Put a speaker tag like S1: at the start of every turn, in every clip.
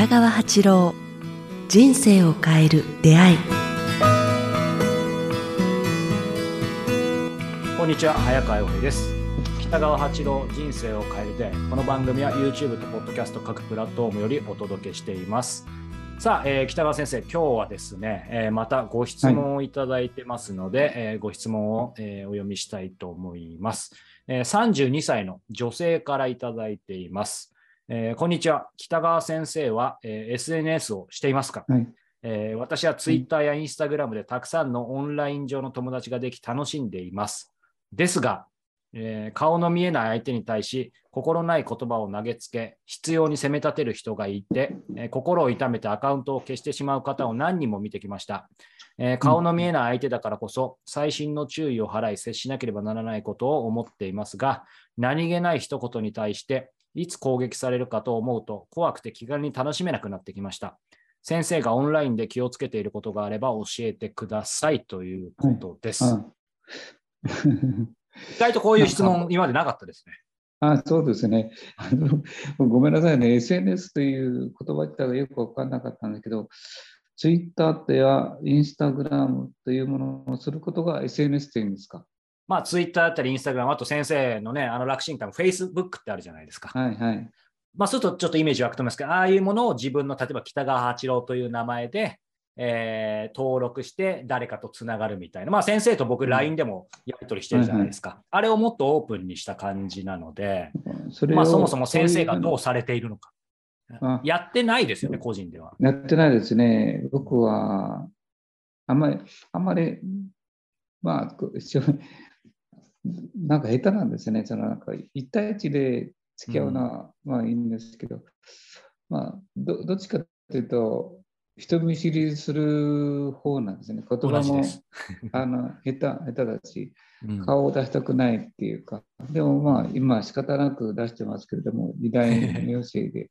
S1: 北川八郎、人生を変える出会い。
S2: こんにちは、早川洋平です。北川八郎、人生を変える出会い。この番組は YouTube と Podcast 各プラットフォームよりお届けしています。さあ、北川先生、今日はですね、またご質問をいただいてますので、ご質問を、お読みしたいと思います。32歳の女性からいただいています。こんにちは。北川先生は、SNS をしていますか？
S3: はい。
S2: 私は Twitter や Instagram でたくさんのオンライン上の友達ができ楽しんでいます。ですが、顔の見えない相手に対し心ない言葉を投げつけ、執拗に責め立てる人がいて、心を痛めてアカウントを消してしまう方を何人も見てきました。顔の見えない相手だからこそ細心の注意を払い接しなければならないことを思っていますが、何気ない一言に対していつ攻撃されるかと思うと怖くて気軽に楽しめなくなってきました。先生がオンラインで気をつけていることがあれば教えてくださいということです。意外とこういう質問今までなかったですね。
S3: そうですね。ごめんなさいね。SNS という言葉自体がよく分からなかったんだけど、Twitter や Instagram というものをすることが SNS というんですか？
S2: まあ、Twitter だったり Instagram、あと先生のね、楽ちん会も Facebook ってあるじゃないですか。
S3: はいはい。
S2: まあ、そうするとちょっとイメージ湧くと思いますけど、ああいうものを自分の例えば北川八郎という名前で、登録して誰かとつながるみたいな、まあ、先生と僕 LINE でもやり取りしてるじゃないですか、あれをもっとオープンにした感じなので、まあ、そもそも先生がどうされているのか、やってないですよね、個人では。
S3: やってないですね。僕はあんまり、まあ、なんか下手なんですね。なんか1対1で付き合うのはまあいいんですけど、まあ、どっちかというと、人見知りする方なんですね。言葉も下手だし、顔を出したくないっていうか、でもまあ今仕方なく出してますけれども、時代の要請で。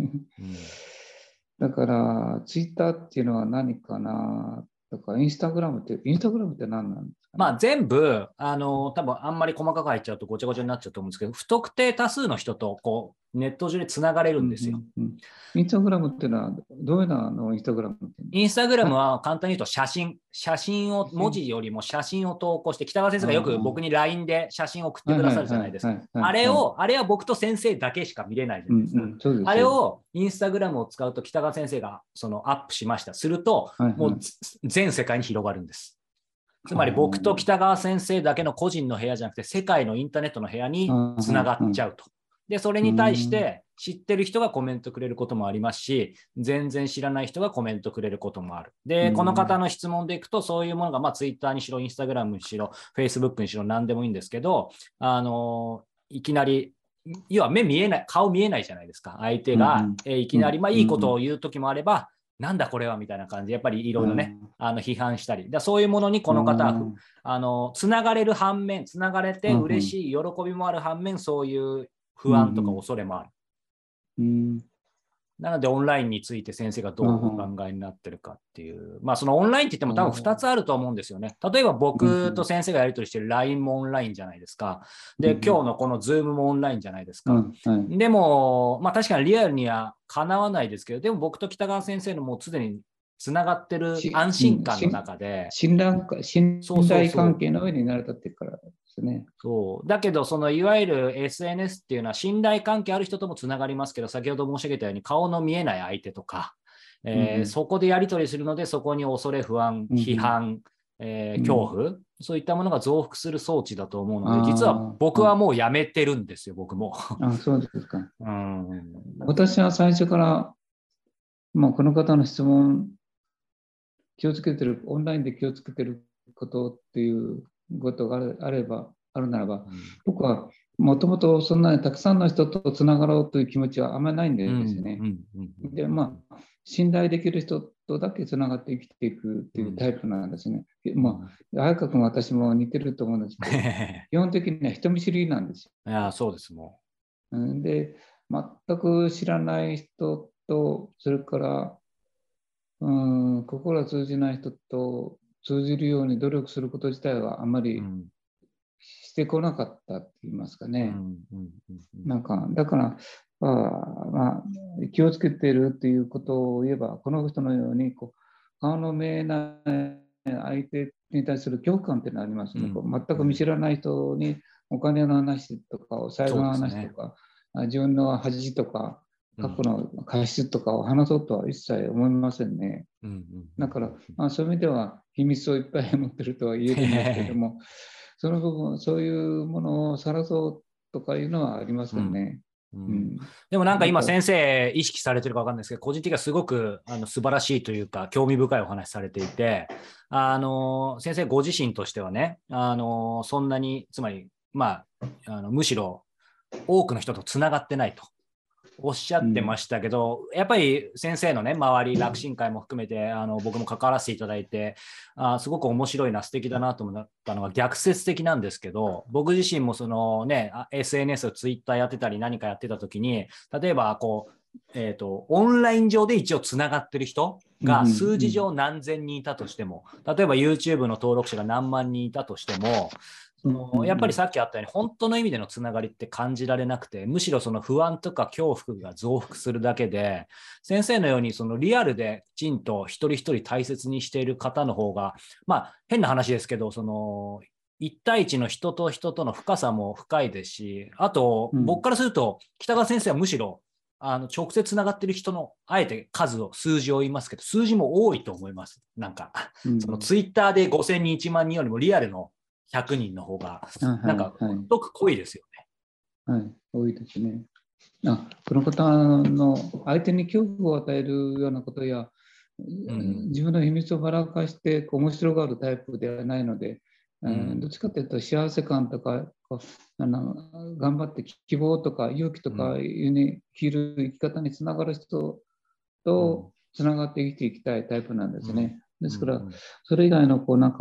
S3: だから、ツイッターっていうのは何かなとか、インスタグラムって何なんですかね？
S2: まあ、全部多分あんまり細かく入っちゃうとごちゃごちゃになっちゃうと思うんですけど、不特定多数の人とこうネット上でつながれるんですよ。
S3: インスタグラムっていうのはどういうのインスタグラムって？
S2: インスタグラムは簡単に言うと写真を、文字よりも写真を投稿して、北川先生がよく僕に LINE で写真を送ってくださるじゃないですか。あれは僕と先生だけしか見れないじゃないですか。あれをインスタグラムを使うと北川先生がそのアップしました。すると、もう全世界に広がるんです。つまり僕と北川先生だけの個人の部屋じゃなくて、世界のインターネットの部屋につながっちゃうと。で、それに対して知ってる人がコメントくれることもありますし、全然知らない人がコメントくれることもある。で、この方の質問でいくと、そういうものが、まあ、Twitter にしろ、Instagram にしろ、Facebook にしろ、何でもいいんですけど、いきなり、要は目見えない、顔見えないじゃないですか。相手が、いきなり、まあ、いいことを言うときもあれば、なんだこれはみたいな感じで、やっぱりいろいろね、批判したり、そういうものにこの方は、つながれる反面、つながれて嬉しい、喜びもある反面、そういう不安とか恐れもある。なので、オンラインについて先生がどうお考えになってるかっていう、まあ、そのオンラインって言っても多分2つあると思うんですよね。例えば僕と先生がやり取りしてる LINE もオンラインじゃないですか。で、今日のこの Zoom もオンラインじゃないですか。でも、まあ確かにリアルにはかなわないですけど、でも僕と北川先生のもうすでにつながってる安心感の中で。
S3: 信頼関係の上に成り立ってるからですね。
S2: そうだけど、そのいわゆる SNS っていうのは信頼関係ある人ともつながりますけど、先ほど申し上げたように顔の見えない相手とか、そこでやり取りするので、そこに恐れ、不安、批判、恐怖、そういったものが増幅する装置だと思うので、実は僕はもうやめてるんですよ、僕も。
S3: そうですか。私は最初から、まあ、この方の質問、オンラインで気をつけてることっていうことがあるならば、僕はもともとそんなにたくさんの人とつながろうという気持ちはあんまりないんですよね。で、まあ、信頼できる人とだけつながって生きていくっていうタイプなんですね。まあ、早川君も私も似てると思うんですけど、基本的には人見知りなんですよ。
S2: いや、そうですも
S3: ん。で、全く知らない人と、それから、心が通じない人と通じるように努力すること自体はあまりしてこなかったって言いますかね。なんかだからまあ、気をつけているということを言えば、この人のように顔の見えない相手に対する恐怖感っていうのがありますね。全く見知らない人にお金の話とか、お財布の話とか、自分の恥とか、過去の過失とかを話そうとは一切思いませんね。だから、そういう意味では秘密をいっぱい持ってるとは言えるんですけれども、その部分、そういうものを晒そうとかいうのはありますよね。
S2: でもなんか今先生意識されてるか分かんないですけど、個人的にはすごく素晴らしいというか興味深いお話されていて、先生ご自身としてはね、そんなにつまりむしろ多くの人とつながってないとおっしゃってましたけど、やっぱり先生のね周り楽神会も含めて僕も関わらせていただいてすごく面白いな素敵だなと思ったのが逆説的なんですけど、僕自身もそのね SNS をツイッターやってたり何かやってた時に、例えばオンライン上で一応つながってる人が数字上何千人いたとしても、例えば YouTube の登録者が何万人いたとしても、やっぱりさっきあったように本当の意味でのつながりって感じられなくて、むしろその不安とか恐怖が増幅するだけで、先生のようにそのリアルできちんと一人一人大切にしている方の方が、変な話ですけど、その1対1の人と人との深さも深いですし、あと僕からすると北川先生はむしろ直接つながっている人のあえて数字を言いますけど、数字も多いと思います。なんかそのツイッターで5000人1万人よりもリアルの100人の方がなんかすごく濃いですよ
S3: ね。はい、多いですね。この方の相手に恐怖を与えるようなことや、自分の秘密をばらかして面白がるタイプではないので、どっちかというと幸せ感とか頑張って希望とか勇気とかいうね、生きる生き方につながる人とつながって生きていきたいタイプなんですね。ですからそれ以外の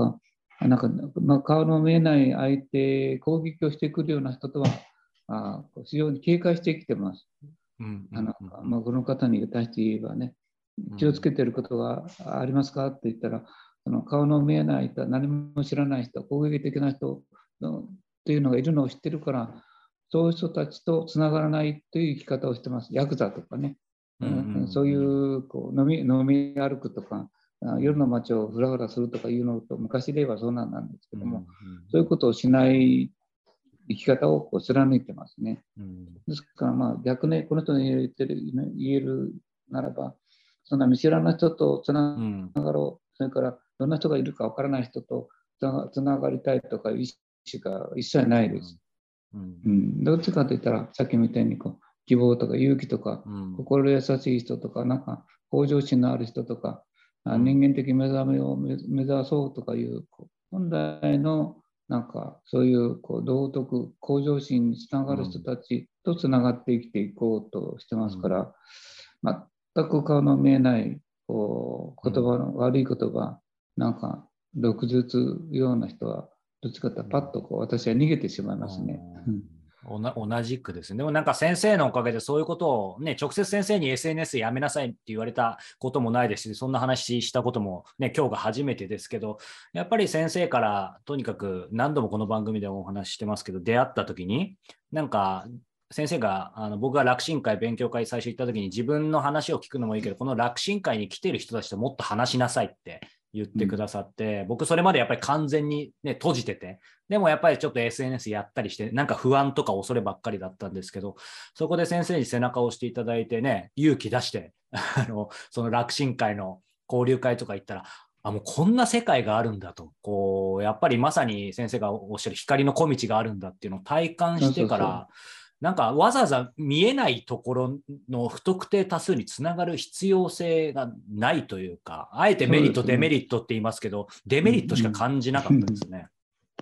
S3: 顔の見えない相手、攻撃をしてくるような人とは非常に警戒してきてます。この方に対して言えばね、気をつけていることがありますかって言ったら、顔の見えない人、何も知らない人、攻撃的な人っていうのがいるのを知ってるから、そういう人たちとつながらないという生き方をしてます。ヤクザとかね、そういう飲み歩くとか、夜の街をふらふらするとかいうのと昔で言えばそうなんですけども、そういうことをしない生き方を貫いてますね。ですから逆にこの人に言えるならば、そんな見知らない人とつながろう、それからどんな人がいるかわからない人とつながりたいとかいう意思が一切ないです。どっちかといったらさっきみたいに希望とか勇気とか、心優しい人とか、なんか向上心のある人とか、人間的目覚めを目指そうとかいう本来のなんかそういう道徳向上心につながる人たちとつながって生きていこうとしてますから、全く顔の見えない言葉の悪い言葉なんか毒づつような人はどっちかというとパッと私は逃げてしまいますね。
S2: 同じくですね。でもなんか先生のおかげでそういうことをね、直接先生に SNS やめなさいって言われたこともないですし、そんな話したこともね、今日が初めてですけど、やっぱり先生からとにかく何度もこの番組でもお話ししてますけど、出会った時に、なんか先生が僕が楽神会勉強会最初行った時に自分の話を聞くのもいいけど、この楽神会に来てる人たちともっと話しなさいって言ってくださって、僕それまでやっぱり完全に、ね、閉じてて、でもやっぱりちょっと SNS やったりして、なんか不安とか恐ればっかりだったんですけど、そこで先生に背中を押していただいてね、勇気出してその楽神会の交流会とか行ったら、もうこんな世界があるんだと、やっぱりまさに先生がおっしゃる光の小道があるんだっていうのを体感してから、なんかわざわざ見えないところの不特定多数につながる必要性がないというか、あえてメリット、デメリットって言いますけど、デメリットしか感じなかったですね。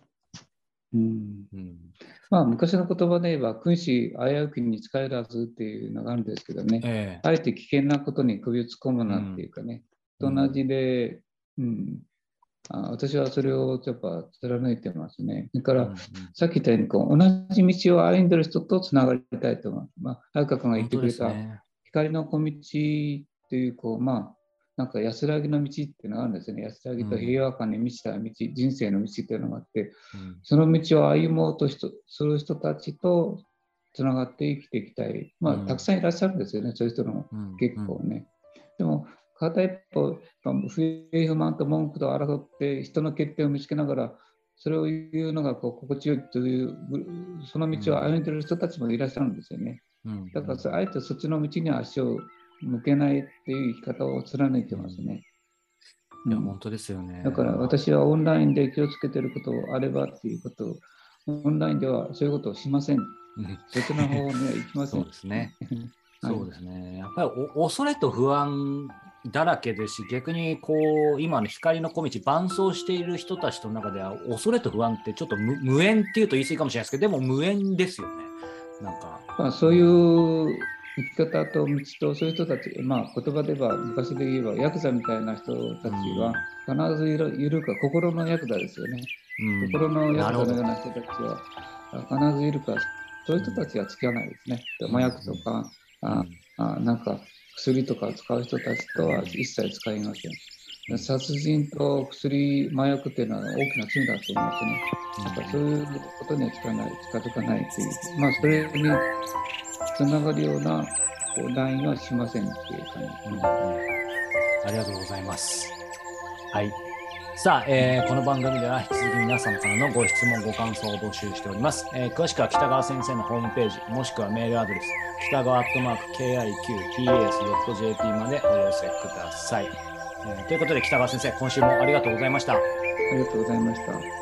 S3: 昔の言葉で言えば、君子危うきに使えらずっていうのがあるんですけどね、あえて危険なことに首を突っ込むなっていうかね、と同じで、私はそれをやっぱ貫いてますね。それから、さっき言ったように同じ道を歩んでる人とつながりたいと思う。早川君が言ってくれた、光の小道という、なんか安らぎの道っていうのがあるんですね。安らぎと平和感に満ちた道、人生の道っていうのがあって、その道を歩もうとする人たちとつながって生きていきたい、まあ、たくさんいらっしゃるんですよね、そういう人も結構ね。でも片一方、不平不満と文句と争って人の欠点を見つけながら、それを言うのが心地よいという、その道を歩んでいる人たちもいらっしゃるんですよね。だからあえてそっちの道に足を向けないっていう生き方を貫いてますね。
S2: いや、本当ですよね。
S3: だから私はオンラインで気をつけていることあればっていうことを、オンラインではそういうことをしません。そっちの方には行きません。
S2: そうですね。そうですね。やっぱり恐れと不安だらけですし、逆にこう今の光の小道伴走している人たちの中では、恐れと不安ってちょっと無縁っていうと言い過ぎかもしれないですけど、でも無縁ですよね。なんか、
S3: まあ、そういう生き方と道と、そういう人たち、まあ、言葉で言えば昔で言えばヤクザみたいな人たちは必ずいるか、心のヤクザですよね。心のヤクザのような人たちは必ずいるか、そういう人たちは付き合わないですね。麻薬とかなんか薬とか使う人たちとは一切使いません。殺人と薬、麻薬っていうのは大きな罪だと思いますね。なんかそういうことには近づかないという、まあそれにつながるようなラインはしませんっていう感じですね。
S2: ありがとうございます。はい。さあ、この番組では引き続き皆様からのご質問、ご感想を募集しております。詳しくは北川先生のホームページ、もしくはメールアドレス、北川@kiqtas.jp までお寄せください。ということで北川先生、今週もありがとうございました。
S3: ありがとうございました。